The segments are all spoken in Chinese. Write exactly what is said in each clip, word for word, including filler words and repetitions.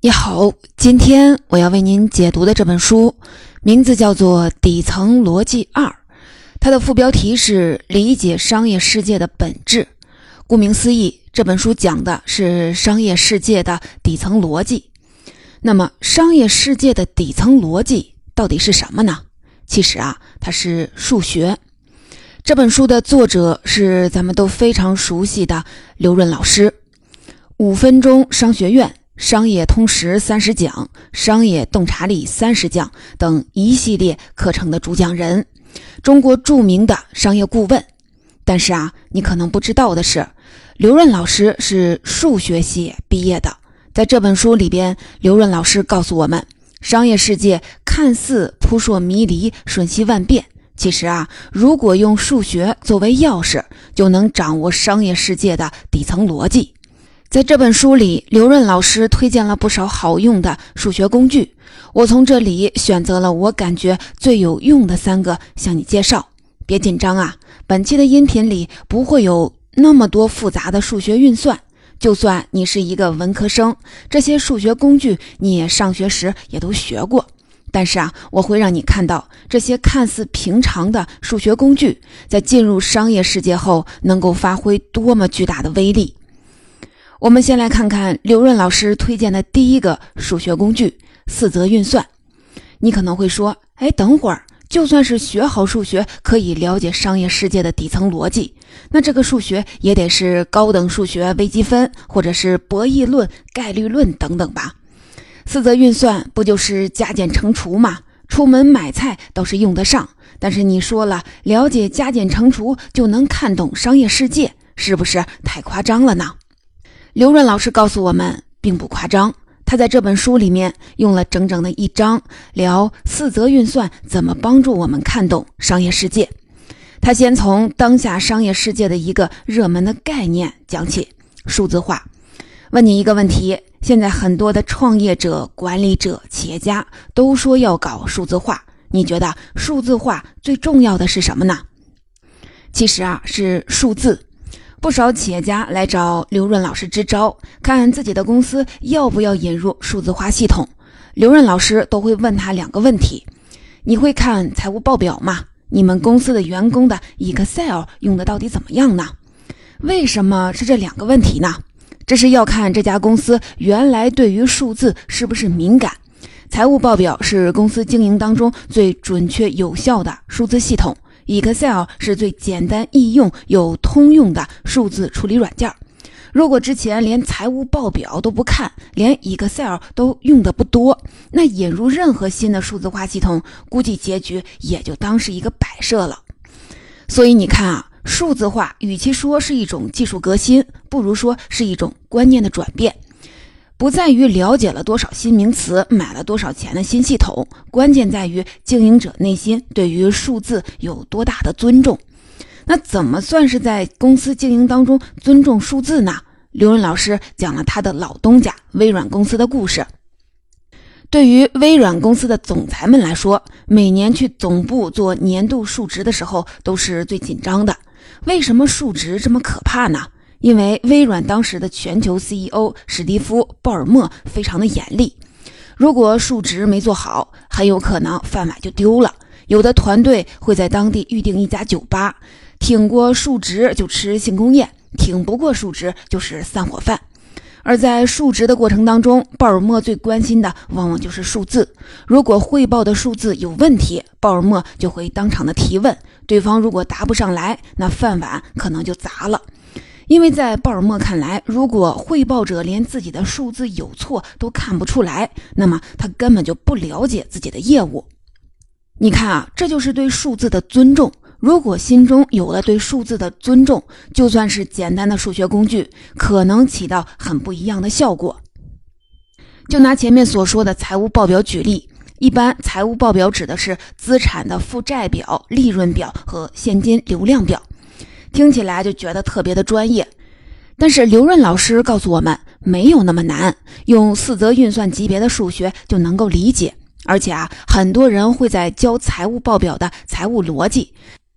你好，今天我要为您解读的这本书名字叫做《底层逻辑二》，它的副标题是理解商业世界的本质。顾名思义，这本书讲的是商业世界的底层逻辑。那么商业世界的底层逻辑到底是什么呢？其实啊，它是数学。这本书的作者是咱们都非常熟悉的刘润老师，五分钟商学院、商业通识三十讲、商业洞察力三十讲等一系列课程的主讲人，中国著名的商业顾问。但是啊，你可能不知道的是，刘润老师是数学系毕业的。在这本书里边，刘润老师告诉我们，商业世界看似扑朔迷离、瞬息万变，其实啊，如果用数学作为钥匙，就能掌握商业世界的底层逻辑。在这本书里，刘润老师推荐了不少好用的数学工具，我从这里选择了我感觉最有用的三个向你介绍。别紧张啊，本期的音频里不会有那么多复杂的数学运算，就算你是一个文科生，这些数学工具你也上学时也都学过。但是啊，我会让你看到这些看似平常的数学工具，在进入商业世界后能够发挥多么巨大的威力。我们先来看看刘润老师推荐的第一个数学工具——四则运算。你可能会说，哎，等会儿，就算是学好数学可以了解商业世界的底层逻辑，那这个数学也得是高等数学、微积分，或者是博弈论、概率论等等吧。四则运算不就是加减乘除吗？出门买菜倒是用得上，但是你说了了解加减乘除就能看懂商业世界，是不是太夸张了呢？刘润老师告诉我们并不夸张，他在这本书里面用了整整的一章聊四则运算怎么帮助我们看懂商业世界。他先从当下商业世界的一个热门的概念讲起，数字化。问你一个问题，现在很多的创业者、管理者、企业家都说要搞数字化，你觉得数字化最重要的是什么呢？其实啊，是数字。不少企业家来找刘润老师支招，看自己的公司要不要引入数字化系统。刘润老师都会问他两个问题：你会看财务报表吗？你们公司的员工的 Excel 用的到底怎么样呢？为什么是这两个问题呢？这是要看这家公司原来对于数字是不是敏感。财务报表是公司经营当中最准确有效的数字系统， Excel 是最简单易用又通用的数字处理软件。如果之前连财务报表都不看，连 Excel 都用的不多，那引入任何新的数字化系统，估计结局也就当是一个摆设了。所以你看啊，数字化与其说是一种技术革新，不如说是一种观念的转变。不在于了解了多少新名词，买了多少钱的新系统，关键在于经营者内心对于数字有多大的尊重。那怎么算是在公司经营当中尊重数字呢？刘润老师讲了他的老东家微软公司的故事。对于微软公司的总裁们来说，每年去总部做年度述职的时候都是最紧张的。为什么述职这么可怕呢？因为微软当时的全球 C E O 史蒂夫·鲍尔默非常的严厉，如果述职没做好，很有可能饭碗就丢了。有的团队会在当地预定一家酒吧，挺过述职就吃庆功宴，挺不过述职就是散伙饭。而在述职的过程当中，鲍尔默最关心的往往就是数字。如果汇报的数字有问题，鲍尔默就会当场的提问，对方如果答不上来，那饭碗可能就砸了。因为在鲍尔默看来，如果汇报者连自己的数字有错都看不出来，那么他根本就不了解自己的业务。你看啊，这就是对数字的尊重。如果心中有了对数字的尊重，就算是简单的数学工具，可能起到很不一样的效果。就拿前面所说的财务报表举例，一般财务报表指的是资产的负债表、利润表和现金流量表，听起来就觉得特别的专业。但是刘润老师告诉我们，没有那么难，用四则运算级别的数学就能够理解。而且啊，很多人会在教财务报表的财务逻辑，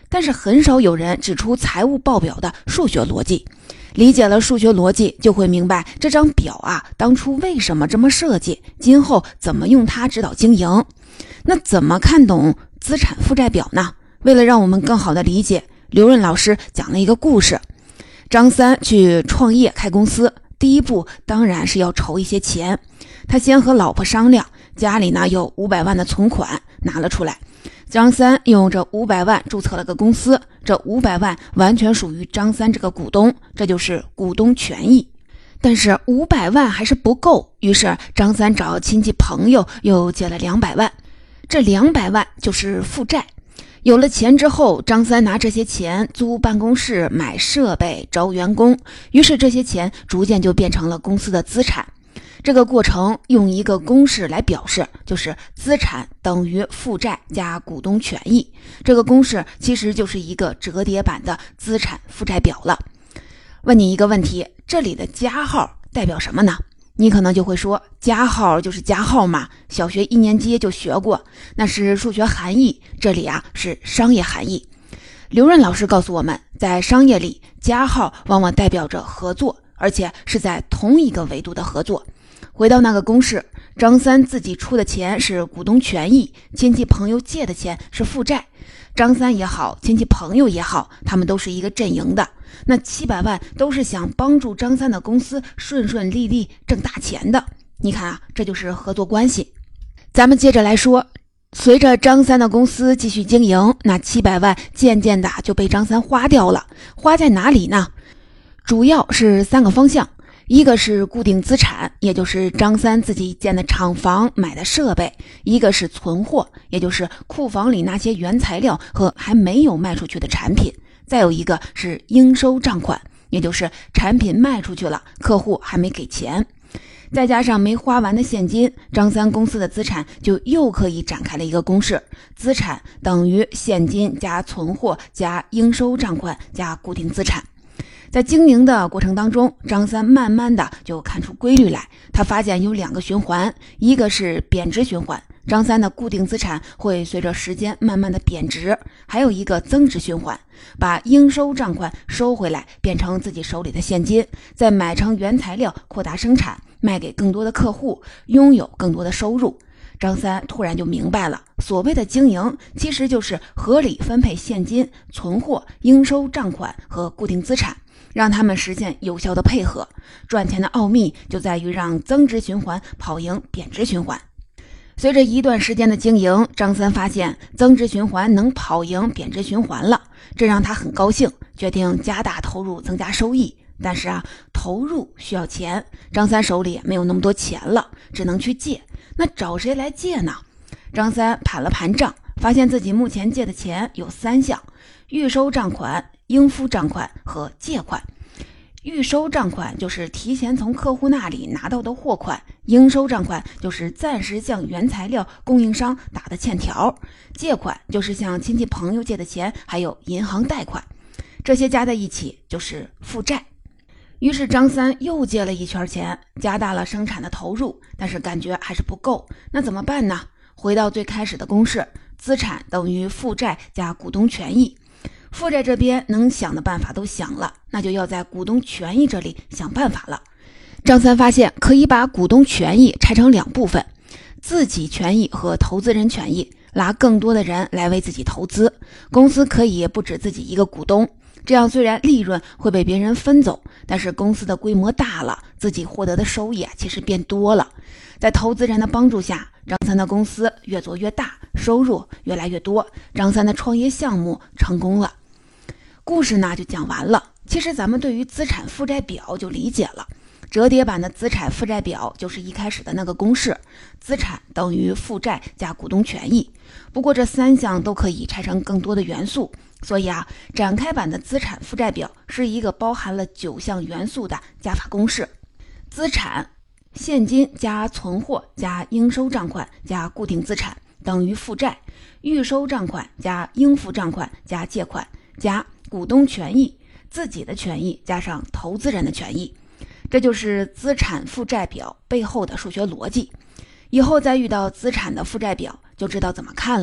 但是很少有人指出财务报表的数学逻辑。理解了数学逻辑，就会明白这张表啊，当初为什么这么设计，今后怎么用它指导经营。那怎么看懂资产负债表呢？为了让我们更好的理解，刘润老师讲了一个故事。张三去创业开公司，第一步当然是要筹一些钱。他先和老婆商量，家里呢有五百万的存款，拿了出来。张三用这五百万注册了个公司，这五百万完全属于张三这个股东，这就是股东权益。但是五百万还是不够，于是张三找亲戚朋友又借了两百万，这两百万就是负债。有了钱之后，张三拿这些钱租办公室、买设备、招员工，于是这些钱逐渐就变成了公司的资产。这个过程用一个公式来表示，就是资产等于负债加股东权益。这个公式其实就是一个折叠版的资产负债表了。问你一个问题，这里的加号代表什么呢？你可能就会说，加号就是加号嘛，小学一年级就学过，那是数学含义，这里啊是商业含义。刘润老师告诉我们，在商业里，加号往往代表着合作，而且是在同一个维度的合作。回到那个公式，张三自己出的钱是股东权益，亲戚朋友借的钱是负债。张三也好，亲戚朋友也好，他们都是一个阵营的。那七百万都是想帮助张三的公司顺顺利利挣大钱的。你看啊，这就是合作关系。咱们接着来说，随着张三的公司继续经营，那七百万渐渐的就被张三花掉了。花在哪里呢？主要是三个方向。一个是固定资产，也就是张三自己建的厂房、买的设备；一个是存货，也就是库房里那些原材料和还没有卖出去的产品；再有一个是应收账款，也就是产品卖出去了，客户还没给钱。再加上没花完的现金，张三公司的资产就又可以展开了一个公式：资产等于现金加存货加应收账款加固定资产。在经营的过程当中，张三慢慢的就看出规律来，他发现有两个循环，一个是贬值循环，张三的固定资产会随着时间慢慢的贬值；还有一个增值循环，把应收账款收回来变成自己手里的现金，再买成原材料扩大生产，卖给更多的客户，拥有更多的收入。张三突然就明白了，所谓的经营其实就是合理分配现金、存货、应收账款和固定资产，让他们实现有效的配合。赚钱的奥秘就在于让增值循环跑赢贬值循环。随着一段时间的经营，张三发现增值循环能跑赢贬值循环了，这让他很高兴，决定加大投入增加收益。但是啊，投入需要钱，张三手里没有那么多钱了，只能去借。那找谁来借呢？张三盘了盘账，发现自己目前借的钱有三项：预收账款、应付账款和借款。预收账款就是提前从客户那里拿到的货款，应收账款就是暂时向原材料供应商打的欠条，借款就是向亲戚朋友借的钱，还有银行贷款，这些加在一起就是负债。于是张三又借了一圈钱，加大了生产的投入，但是感觉还是不够。那怎么办呢？回到最开始的公式，资产等于负债加股东权益。负债这边能想的办法都想了，那就要在股东权益这里想办法了。张三发现可以把股东权益拆成两部分，自己权益和投资人权益，拉更多的人来为自己投资。公司可以不止自己一个股东，这样虽然利润会被别人分走，但是公司的规模大了，自己获得的收益啊其实变多了。在投资人的帮助下，张三的公司越做越大，收入越来越多，张三的创业项目成功了。故事呢就讲完了。其实咱们对于资产负债表就理解了，折叠版的资产负债表就是一开始的那个公式，资产等于负债加股东权益。不过这三项都可以拆成更多的元素，所以啊，展开版的资产负债表是一个包含了九项元素的加法公式：资产现金加存货加应收账款加固定资产等于负债，预收账款加应付账款加借款加股东权益，自己的权益加上投资人的权益。这就是资产负债表背后的数学逻辑。以后再遇到资产的负债表就知道怎么看了。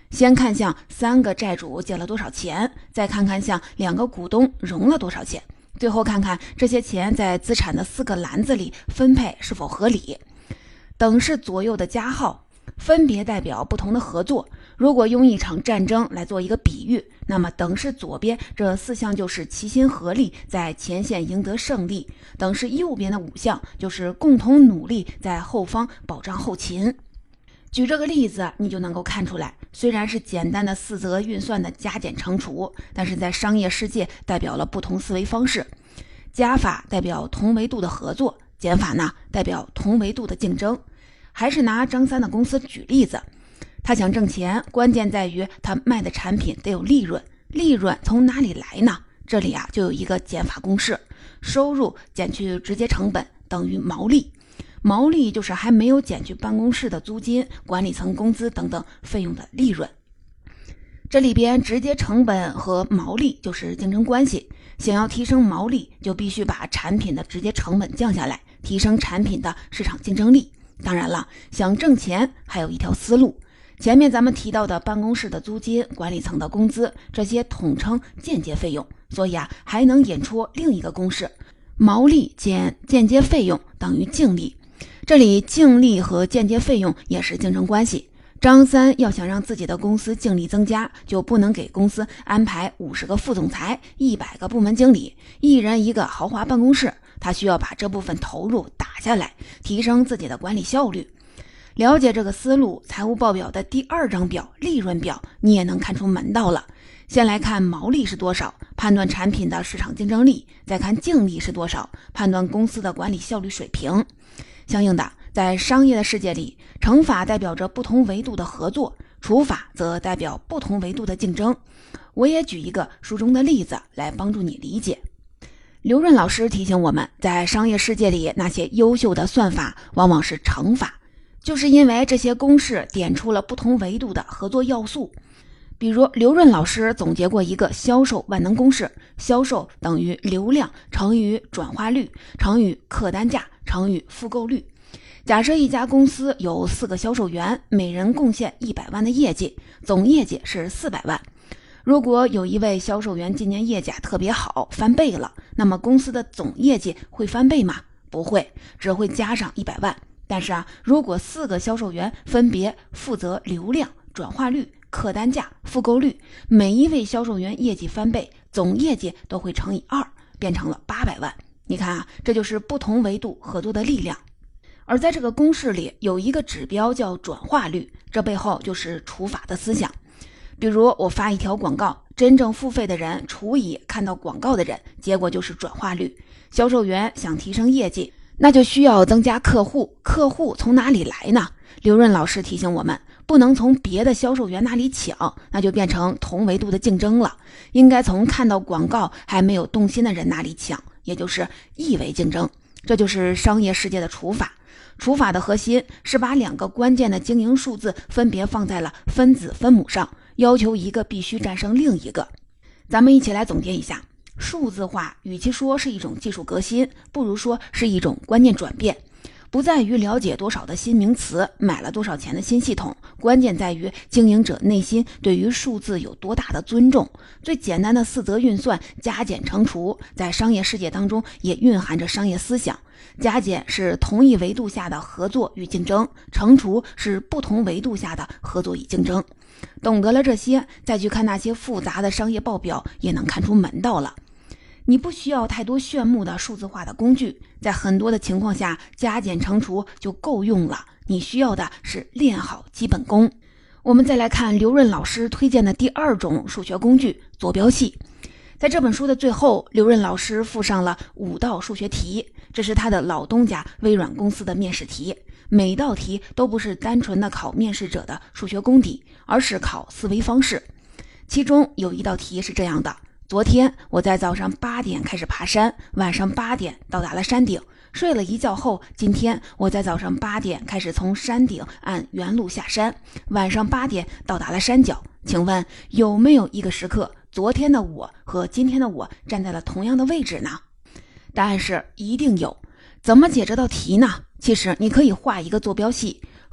先看向三个债主借了多少钱，再看看向两个股东融了多少钱，最后看看这些钱在资产的四个篮子里分配是否合理。等式左右的加号分别代表不同的合作。如果用一场战争来做一个比喻，那么等式左边这四项就是齐心合力在前线赢得胜利，等式右边的五项就是共同努力在后方保障后勤。举这个例子你就能够看出来，虽然是简单的四则运算的加减乘除，但是在商业世界代表了不同思维方式。加法代表同维度的合作，减法呢代表同维度的竞争。还是拿张三的公司举例子，他想挣钱，关键在于他卖的产品得有利润，利润从哪里来呢？这里啊就有一个减法公式，收入减去直接成本等于毛利，毛利就是还没有减去办公室的租金、管理层工资等等费用的利润。这里边直接成本和毛利就是竞争关系，想要提升毛利，就必须把产品的直接成本降下来，提升产品的市场竞争力。当然了，想挣钱还有一条思路，前面咱们提到的办公室的租金、管理层的工资，这些统称间接费用，所以啊还能引出另一个公式，毛利减间接费用等于净利。这里净利和间接费用也是竞争关系。张三要想让自己的公司净利增加，就不能给公司安排五十个副总裁、一百个部门经理，一人一个豪华办公室，他需要把这部分投入打下来，提升自己的管理效率。了解这个思路，财务报表的第二张表利润表你也能看出门道了。先来看毛利是多少，判断产品的市场竞争力，再看净利是多少，判断公司的管理效率水平。相应的，在商业的世界里，乘法代表着不同维度的合作，除法则代表不同维度的竞争。我也举一个书中的例子来帮助你理解。刘润老师提醒我们，在商业世界里，那些优秀的算法往往是乘法，就是因为这些公式点出了不同维度的合作要素。比如刘润老师总结过一个销售万能公式，销售等于流量乘以转化率乘以客单价乘以复购率。假设一家公司有四个销售员，每人贡献一百万的业绩，总业绩是四百万。如果有一位销售员今年业绩特别好，翻倍了，那么公司的总业绩会翻倍吗？不会，只会加上一百万。但是啊，如果四个销售员分别负责流量、转化率、客单价、复购率，每一位销售员业绩翻倍，总业绩都会乘以二，变成了八百万。你看啊，这就是不同维度合作的力量。而在这个公式里有一个指标叫转化率，这背后就是除法的思想。比如我发一条广告，真正付费的人除以看到广告的人，结果就是转化率。销售员想提升业绩，那就需要增加客户，客户从哪里来呢？刘润老师提醒我们，不能从别的销售员那里抢，那就变成同维度的竞争了，应该从看到广告还没有动心的人那里抢，也就是异维竞争。这就是商业世界的除法。除法的核心是把两个关键的经营数字分别放在了分子分母上，要求一个必须战胜另一个。咱们一起来总结一下，数字化与其说是一种技术革新，不如说是一种观念转变。不在于了解多少的新名词，买了多少钱的新系统，关键在于经营者内心对于数字有多大的尊重。最简单的四则运算，加减乘除，在商业世界当中也蕴含着商业思想。加减是同一维度下的合作与竞争，乘除是不同维度下的合作与竞争。懂得了这些，再去看那些复杂的商业报表，也能看出门道了。你不需要太多炫目的数字化的工具，在很多的情况下，加减乘除就够用了。你需要的是练好基本功。我们再来看刘润老师推荐的第二种数学工具——坐标系。在这本书的最后，刘润老师附上了五道数学题，这是他的老东家微软公司的面试题。每道题都不是单纯的考面试者的数学功底，而是考思维方式。其中有一道题是这样的：昨天我在早上八点开始爬山，晚上八点到达了山顶。睡了一觉后，今天我在早上八点开始从山顶按原路下山，晚上八点到达了山脚。请问有没有一个时刻，昨天的我和今天的我站在了同样的位置呢？答案是一定有。怎么解这道题呢？其实你可以画一个坐标系，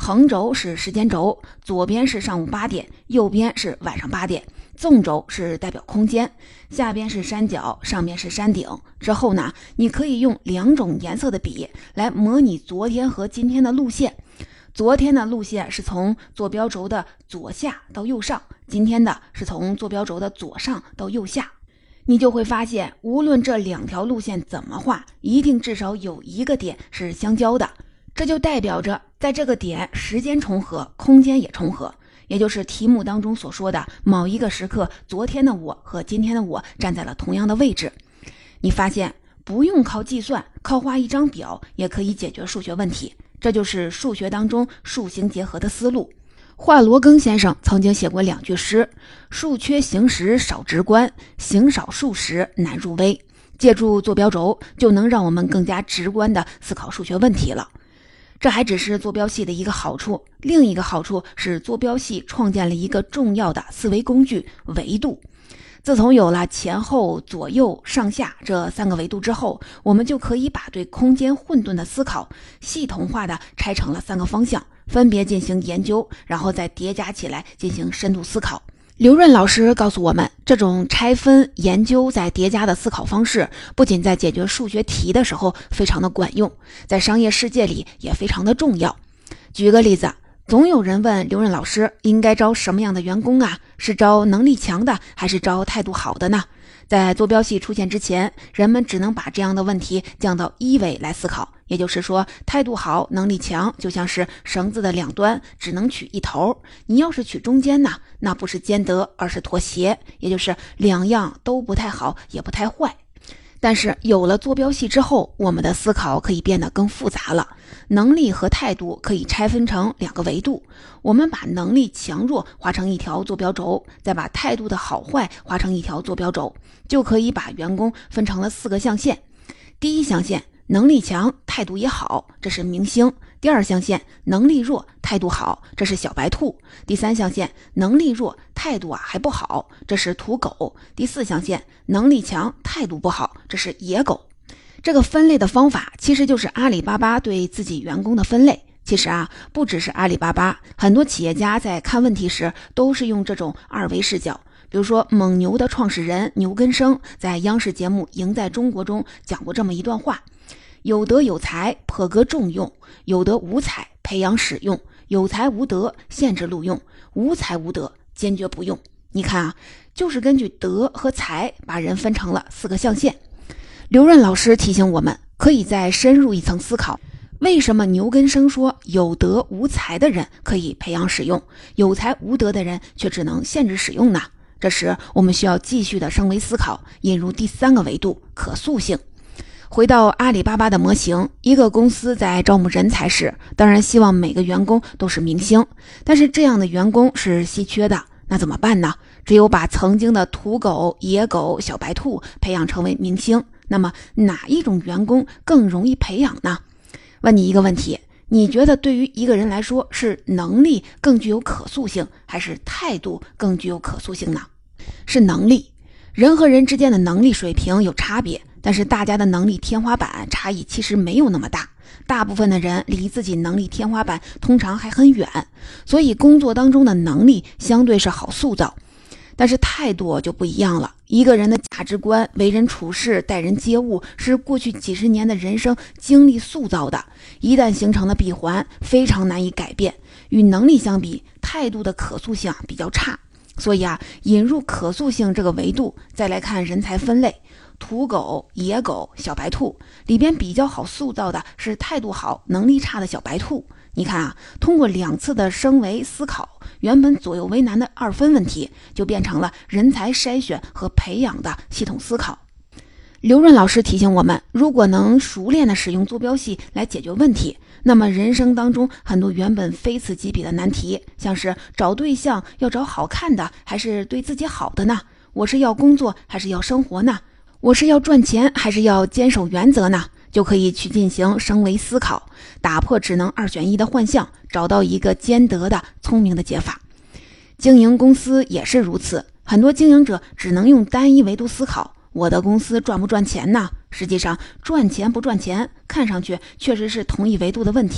横轴是时间轴，左边是上午八点，右边是晚上八点。纵轴是代表空间，下边是山脚，上边是山顶。之后呢，你可以用两种颜色的笔来模拟昨天和今天的路线。昨天的路线是从坐标轴的左下到右上，今天的是从坐标轴的左上到右下。你就会发现，无论这两条路线怎么画，一定至少有一个点是相交的。这就代表着在这个点时间重合，空间也重合，也就是题目当中所说的某一个时刻，昨天的我和今天的我站在了同样的位置。你发现不用靠计算，靠画一张表也可以解决数学问题，这就是数学当中数形结合的思路。华罗庚先生曾经写过两句诗：数缺形时少直观，形少数时难入微。借助坐标轴就能让我们更加直观地思考数学问题了。这还只是坐标系的一个好处，另一个好处是坐标系创建了一个重要的思维工具——维度。自从有了前后左右上下这三个维度之后，我们就可以把对空间混沌的思考系统化的拆成了三个方向，分别进行研究，然后再叠加起来进行深度思考。刘润老师告诉我们，这种拆分、研究再叠加的思考方式，不仅在解决数学题的时候非常的管用，在商业世界里也非常的重要。举个例子，总有人问刘润老师，应该招什么样的员工啊？是招能力强的，还是招态度好的呢？在坐标系出现之前，人们只能把这样的问题降到一维来思考，也就是说，态度好、能力强，就像是绳子的两端，只能取一头。你要是取中间呢，那不是兼得，而是妥协，也就是两样都不太好，也不太坏。但是有了坐标系之后，我们的思考可以变得更复杂了。能力和态度可以拆分成两个维度，我们把能力强弱画成一条坐标轴，再把态度的好坏画成一条坐标轴，就可以把员工分成了四个象限。第一象限，能力强，态度也好，这是明星。第二象限，能力弱，态度好，这是小白兔。第三象限，能力弱，态度啊还不好，这是土狗。第四象限，能力强，态度不好，这是野狗。这个分类的方法其实就是阿里巴巴对自己员工的分类。其实啊，不只是阿里巴巴，很多企业家在看问题时都是用这种二维视角。比如说蒙牛的创始人牛根生在央视节目《赢在中国》中讲过这么一段话：有德有才，破格重用；有德无才，培养使用；有才无德，限制录用；无才无德，坚决不用。你看啊，就是根据德和才把人分成了四个象限。刘润老师提醒我们，可以再深入一层思考，为什么牛根生说有德无才的人可以培养使用，有才无德的人却只能限制使用呢？这时我们需要继续的升维思考，引入第三个维度，可塑性。回到阿里巴巴的模型，一个公司在招募人才时，当然希望每个员工都是明星，但是这样的员工是稀缺的，那怎么办呢？只有把曾经的土狗、野狗、小白兔培养成为明星。那么哪一种员工更容易培养呢？问你一个问题，你觉得对于一个人来说，是能力更具有可塑性，还是态度更具有可塑性呢？是能力。人和人之间的能力水平有差别，但是大家的能力天花板差异其实没有那么大。大部分的人离自己能力天花板通常还很远，所以工作当中的能力相对是好塑造。但是态度就不一样了，一个人的价值观、为人处事、待人接物是过去几十年的人生经历塑造的，一旦形成了闭环，非常难以改变。与能力相比，态度的可塑性比较差。所以啊，引入可塑性这个维度，再来看人才分类，土狗、野狗、小白兔里边比较好塑造的是态度好、能力差的小白兔。你看啊，通过两次的升维思考，原本左右为难的二分问题就变成了人才筛选和培养的系统思考。刘润老师提醒我们，如果能熟练的使用坐标系来解决问题，那么人生当中很多原本非此即彼的难题，像是找对象要找好看的还是对自己好的呢？我是要工作还是要生活呢？我是要赚钱还是要坚守原则呢？就可以去进行升维思考，打破只能二选一的幻象，找到一个兼得的聪明的解法。经营公司也是如此，很多经营者只能用单一维度思考，我的公司赚不赚钱呢？实际上赚钱不赚钱看上去确实是同一维度的问题，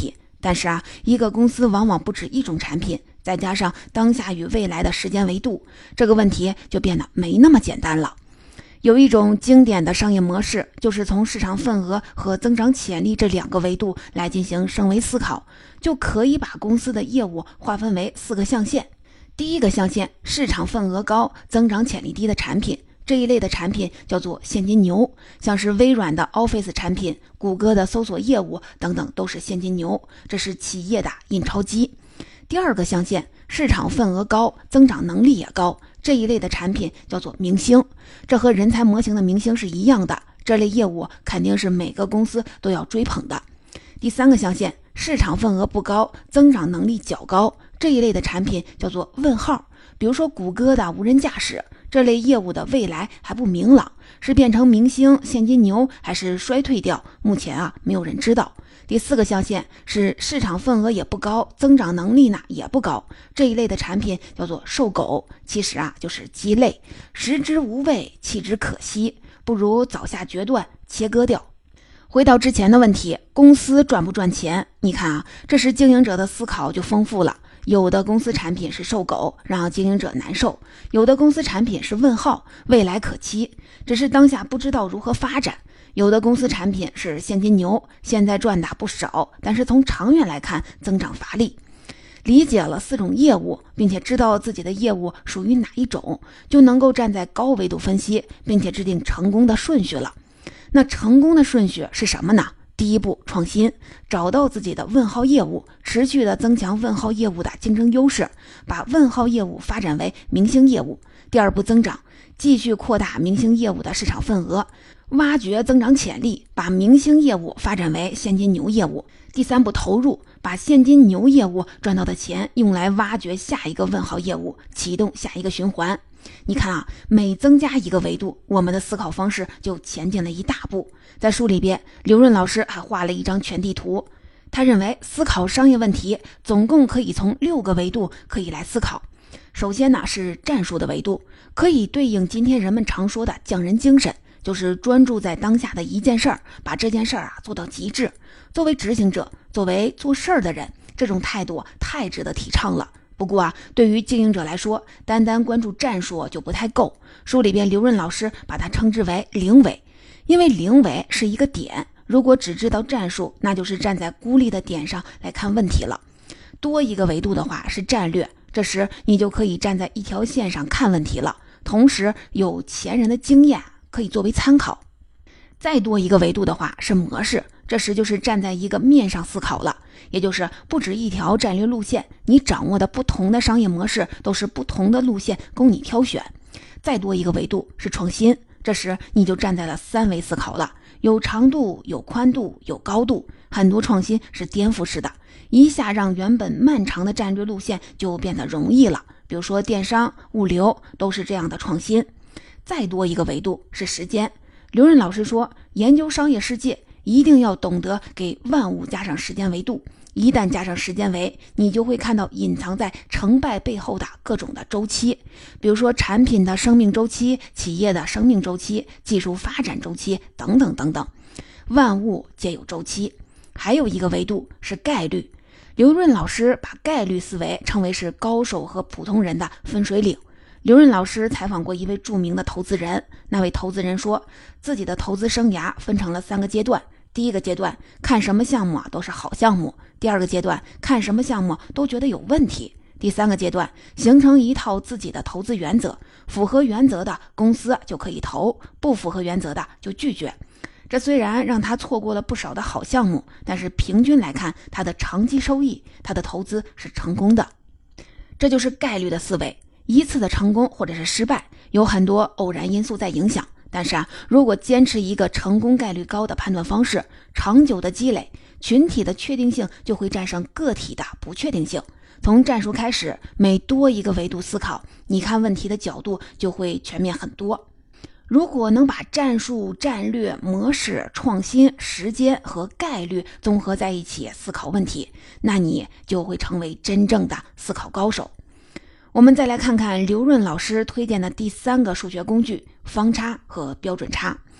但是啊，一个公司往往不止一种产品，再加上当下与未来的时间维度，这个问题就变得没那么简单了。有一种经典的商业模式，就是从市场份额和增长潜力这两个维度来进行升维思考，就可以把公司的业务划分为四个象限。第一个象限，市场份额高、增长潜力低的产品，这一类的产品叫做现金牛，像是微软的 Office 产品、谷歌的搜索业务等等都是现金牛，这是企业的印钞机。第二个象限，市场份额高、增长能力也高，这一类的产品叫做明星，这和人才模型的明星是一样的，这类业务肯定是每个公司都要追捧的。第三个象限，市场份额不高、增长能力较高，这一类的产品叫做问号，比如说谷歌的无人驾驶，这类业务的未来还不明朗，是变成明星现金牛还是衰退掉，目前啊没有人知道。第四个象限是市场份额也不高，增长能力呢也不高，这一类的产品叫做瘦狗，其实啊就是鸡肋，食之无味，弃之可惜，不如早下决断，切割掉。回到之前的问题，公司赚不赚钱？你看啊，这时经营者的思考就丰富了。有的公司产品是瘦狗，让经营者难受；有的公司产品是问号，未来可期，只是当下不知道如何发展；有的公司产品是现金牛，现在赚的不少，但是从长远来看增长乏力。理解了四种业务，并且知道自己的业务属于哪一种，就能够站在高维度分析，并且制定成功的顺序了。那成功的顺序是什么呢？第一步，创新，找到自己的问号业务，持续的增强问号业务的竞争优势，把问号业务发展为明星业务。第二步，增长，继续扩大明星业务的市场份额，挖掘增长潜力，把明星业务发展为现金牛业务。第三步，投入，把现金牛业务赚到的钱用来挖掘下一个问号业务，启动下一个循环。你看啊，每增加一个维度，我们的思考方式就前进了一大步。在书里边，刘润老师还画了一张全地图。他认为思考商业问题总共可以从六个维度可以来思考。首先呢是战术的维度，可以对应今天人们常说的匠人精神，就是专注在当下的一件事儿，把这件事儿啊做到极致。作为执行者，作为做事儿的人，这种态度太值得提倡了。不过啊，对于经营者来说，单单关注战术就不太够。书里边刘润老师把它称之为零维，因为零维是一个点，如果只知道战术，那就是站在孤立的点上来看问题了。多一个维度的话是战略，这时你就可以站在一条线上看问题了，同时有前人的经验可以作为参考。再多一个维度的话是模式，这时就是站在一个面上思考了，也就是不止一条战略路线，你掌握的不同的商业模式都是不同的路线供你挑选。再多一个维度是创新，这时你就站在了三维思考了，有长度、有宽度、有高度，很多创新是颠覆式的，一下让原本漫长的战略路线就变得容易了，比如说电商、物流都是这样的创新。再多一个维度是时间，刘润老师说，研究商业世界一定要懂得给万物加上时间维度，一旦加上时间维，你就会看到隐藏在成败背后的各种的周期，比如说产品的生命周期、企业的生命周期、技术发展周期等等等等，万物皆有周期。还有一个维度是概率，刘润老师把概率思维称为是高手和普通人的分水岭。刘润老师采访过一位著名的投资人，那位投资人说，自己的投资生涯分成了三个阶段。第一个阶段，看什么项目啊都是好项目；第二个阶段，看什么项目都觉得有问题；第三个阶段，形成一套自己的投资原则，符合原则的公司就可以投，不符合原则的就拒绝。这虽然让他错过了不少的好项目，但是平均来看，他的长期收益，他的投资是成功的。这就是概率的思维，一次的成功或者是失败，有很多偶然因素在影响。但是啊，如果坚持一个成功概率高的判断方式，长久的积累，群体的确定性就会战胜个体的不确定性。从战术开始，每多一个维度思考，你看问题的角度就会全面很多。如果能把战术、战略、模式、创新、时间和概率综合在一起思考问题，那你就会成为真正的思考高手。我们再来看看刘润老师推荐的第三个数学工具，方差和标准差。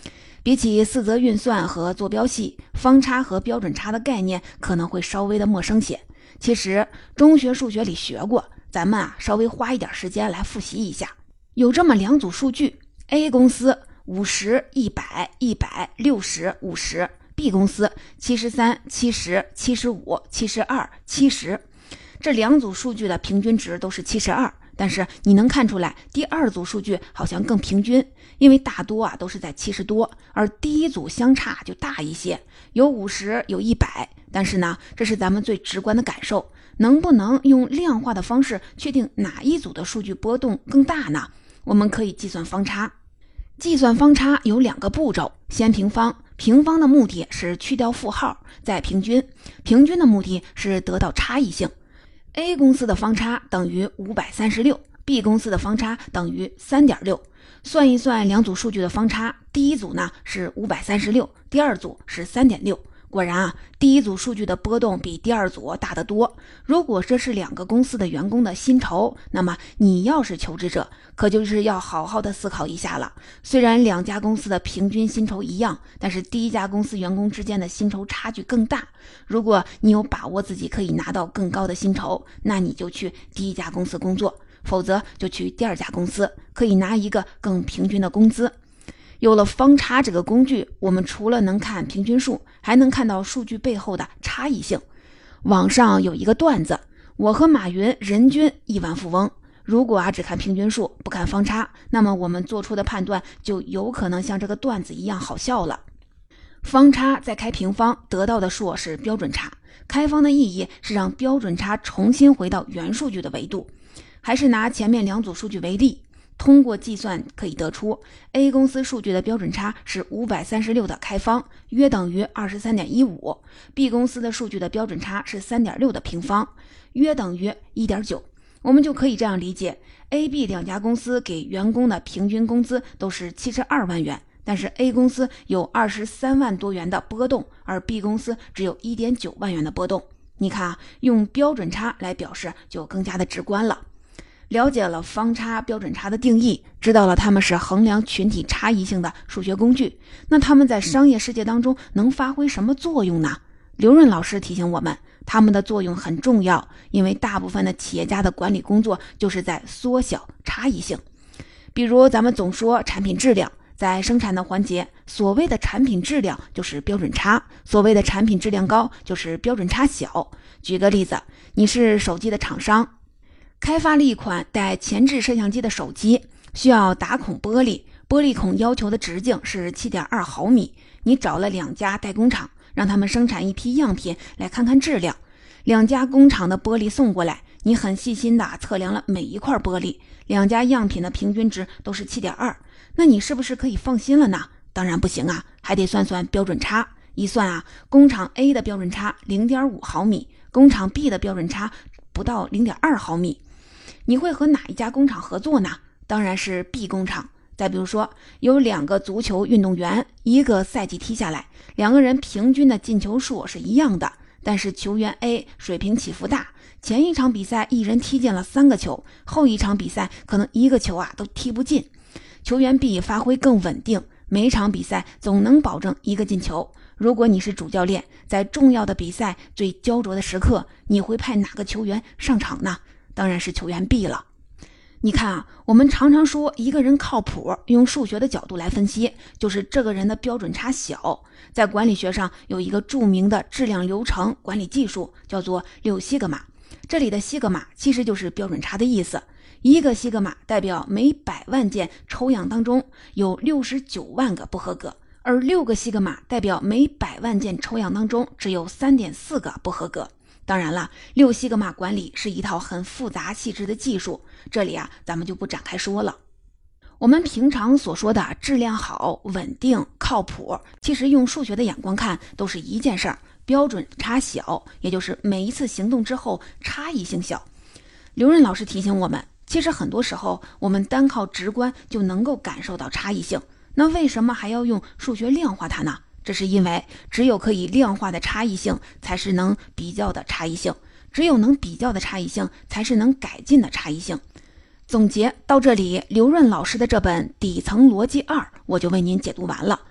比起四则运算和坐标系，方差和标准差的概念可能会稍微的陌生些。其实中学数学里学过，咱们啊稍微花一点时间来复习一下。有这么两组数据 A 公司五十、一百、一百、六十、五十 B 公司七十三、七十、七十五、七十二、七十。这两组数据的平均值都是七十二，但是你能看出来第二组数据好像更平均，因为大多啊都是在七十多，而第一组相差就大一些，有五十有一百。但是呢，这是咱们最直观的感受，能不能用量化的方式确定哪一组的数据波动更大呢？我们可以计算方差。计算方差有两个步骤，先平方，平方的目的是去掉负号，再平均，平均的目的是得到差异性。A 公司的方差等于五百三十六， B 公司的方差等于 三点六。 算一算两组数据的方差，第一组呢是五百三十六，第二组是 三点六。果然啊，第一组数据的波动比第二组大得多。如果这是两个公司的员工的薪酬，那么你要是求职者，可就是要好好的思考一下了。虽然两家公司的平均薪酬一样，但是第一家公司员工之间的薪酬差距更大。如果你有把握自己可以拿到更高的薪酬，那你就去第一家公司工作，否则就去第二家公司，可以拿一个更平均的工资。有了方差这个工具，我们除了能看平均数，还能看到数据背后的差异性。网上有一个段子，我和马云人均亿万富翁。如果啊只看平均数，不看方差，那么我们做出的判断就有可能像这个段子一样好笑了。方差再开平方，得到的数是标准差。开方的意义是让标准差重新回到原数据的维度。还是拿前面两组数据为例，通过计算可以得出 A 公司数据的标准差是五百三十六的开方，约等于 二十三点一五， B 公司的数据的标准差是 三点六的平方，约等于 一点九。 我们就可以这样理解， A、B 两家公司给员工的平均工资都是七十二万元，但是 A 公司有二十三万多元的波动，而 B 公司只有 一点九万元的波动。你看啊，用标准差来表示就更加的直观了。了解了方差、标准差的定义，知道了它们是衡量群体差异性的数学工具，那它们在商业世界当中能发挥什么作用呢？刘润老师提醒我们，它们的作用很重要，因为大部分的企业家的管理工作就是在缩小差异性。比如咱们总说产品质量，在生产的环节，所谓的产品质量就是标准差，所谓的产品质量高就是标准差小。举个例子，你是手机的厂商，开发了一款带前置摄像机的手机，需要打孔玻璃，玻璃孔要求的直径是 七点二毫米。你找了两家代工厂，让他们生产一批样品来看看质量。两家工厂的玻璃送过来，你很细心地测量了每一块玻璃，两家样品的平均值都是 七点二， 那你是不是可以放心了呢？当然不行啊，还得算算标准差。一算啊，工厂 A 的标准差 零点五毫米，工厂 B 的标准差不到 零点二毫米。你会和哪一家工厂合作呢？当然是 B 工厂。再比如说，有两个足球运动员，一个赛季踢下来，两个人平均的进球数是一样的，但是球员 A 水平起伏大，前一场比赛一人踢进了三个球，后一场比赛可能一个球啊都踢不进。球员 B 发挥更稳定，每场比赛总能保证一个进球。如果你是主教练，在重要的比赛最焦灼的时刻，你会派哪个球员上场呢？当然是球员 B 了。你看啊，我们常常说一个人靠谱，用数学的角度来分析，就是这个人的标准差小。在管理学上有一个著名的质量流程管理技术，叫做六西格玛。这里的西格玛其实就是标准差的意思。一个西格玛代表每百万件抽样当中有六十九万个不合格，而六个西格玛代表每百万件抽样当中只有 三点四个不合格。当然了，六西格玛管理是一套很复杂细致的技术，这里啊咱们就不展开说了。我们平常所说的质量好、稳定、靠谱，其实用数学的眼光看都是一件事儿，标准差小，也就是每一次行动之后差异性小。刘润老师提醒我们，其实很多时候我们单靠直观就能够感受到差异性，那为什么还要用数学量化它呢？这是因为只有可以量化的差异性才是能比较的差异性，只有能比较的差异性才是能改进的差异性。总结到这里，刘润老师的这本《底层逻辑二》我就为您解读完了。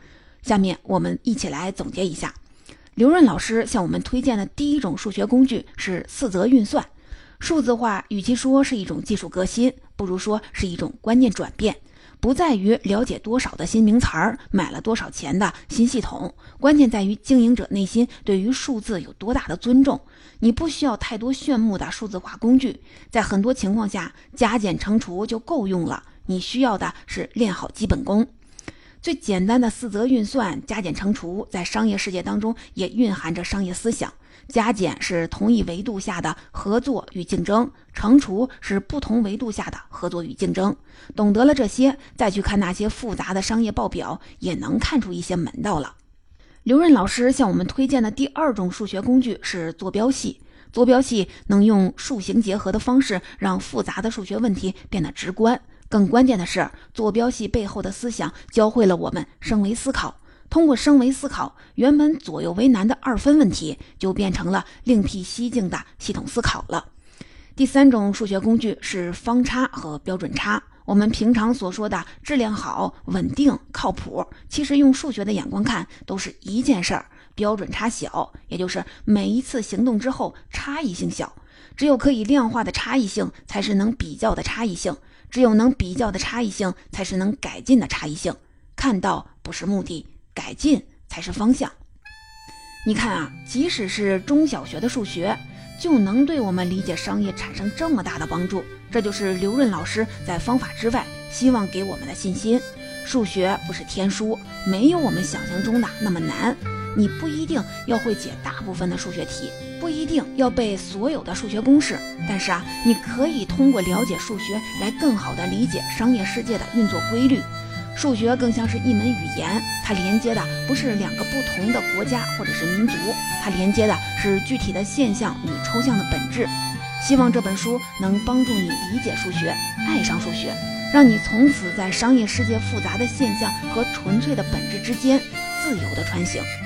下面我们一起来总结一下。刘润老师向我们推荐的第一种数学工具是四则运算。数字化与其说是一种技术革新，不如说是一种观念转变。不在于了解多少的新名词儿，买了多少钱的新系统，关键在于经营者内心对于数字有多大的尊重。你不需要太多炫目的数字化工具，在很多情况下加减乘除就够用了，你需要的是练好基本功。最简单的四则运算，加减乘除，在商业世界当中也蕴含着商业思想。加减是同一维度下的合作与竞争，乘除是不同维度下的合作与竞争。懂得了这些，再去看那些复杂的商业报表，也能看出一些门道了。刘润老师向我们推荐的第二种数学工具是坐标系。坐标系能用数形结合的方式，让复杂的数学问题变得直观。更关键的是，坐标系背后的思想教会了我们升维思考。通过升维思考，原本左右为难的二分问题就变成了另辟蹊径的系统思考了。第三种数学工具是方差和标准差。我们平常所说的质量好、稳定、靠谱，其实用数学的眼光看都是一件事儿，标准差小，也就是每一次行动之后差异性小。只有可以量化的差异性，才是能比较的差异性，只有能比较的差异性，才是能改进的差异性。看到不是目的，改进才是方向。你看啊，即使是中小学的数学，就能对我们理解商业产生这么大的帮助。这就是刘润老师在方法之外希望给我们的信心。数学不是天书，没有我们想象中的那么难。你不一定要会解大部分的数学题，不一定要背所有的数学公式，但是啊，你可以通过了解数学来更好地理解商业世界的运作规律。数学更像是一门语言，它连接的不是两个不同的国家或者是民族，它连接的是具体的现象与抽象的本质。希望这本书能帮助你理解数学，爱上数学，让你从此在商业世界复杂的现象和纯粹的本质之间自由地穿行。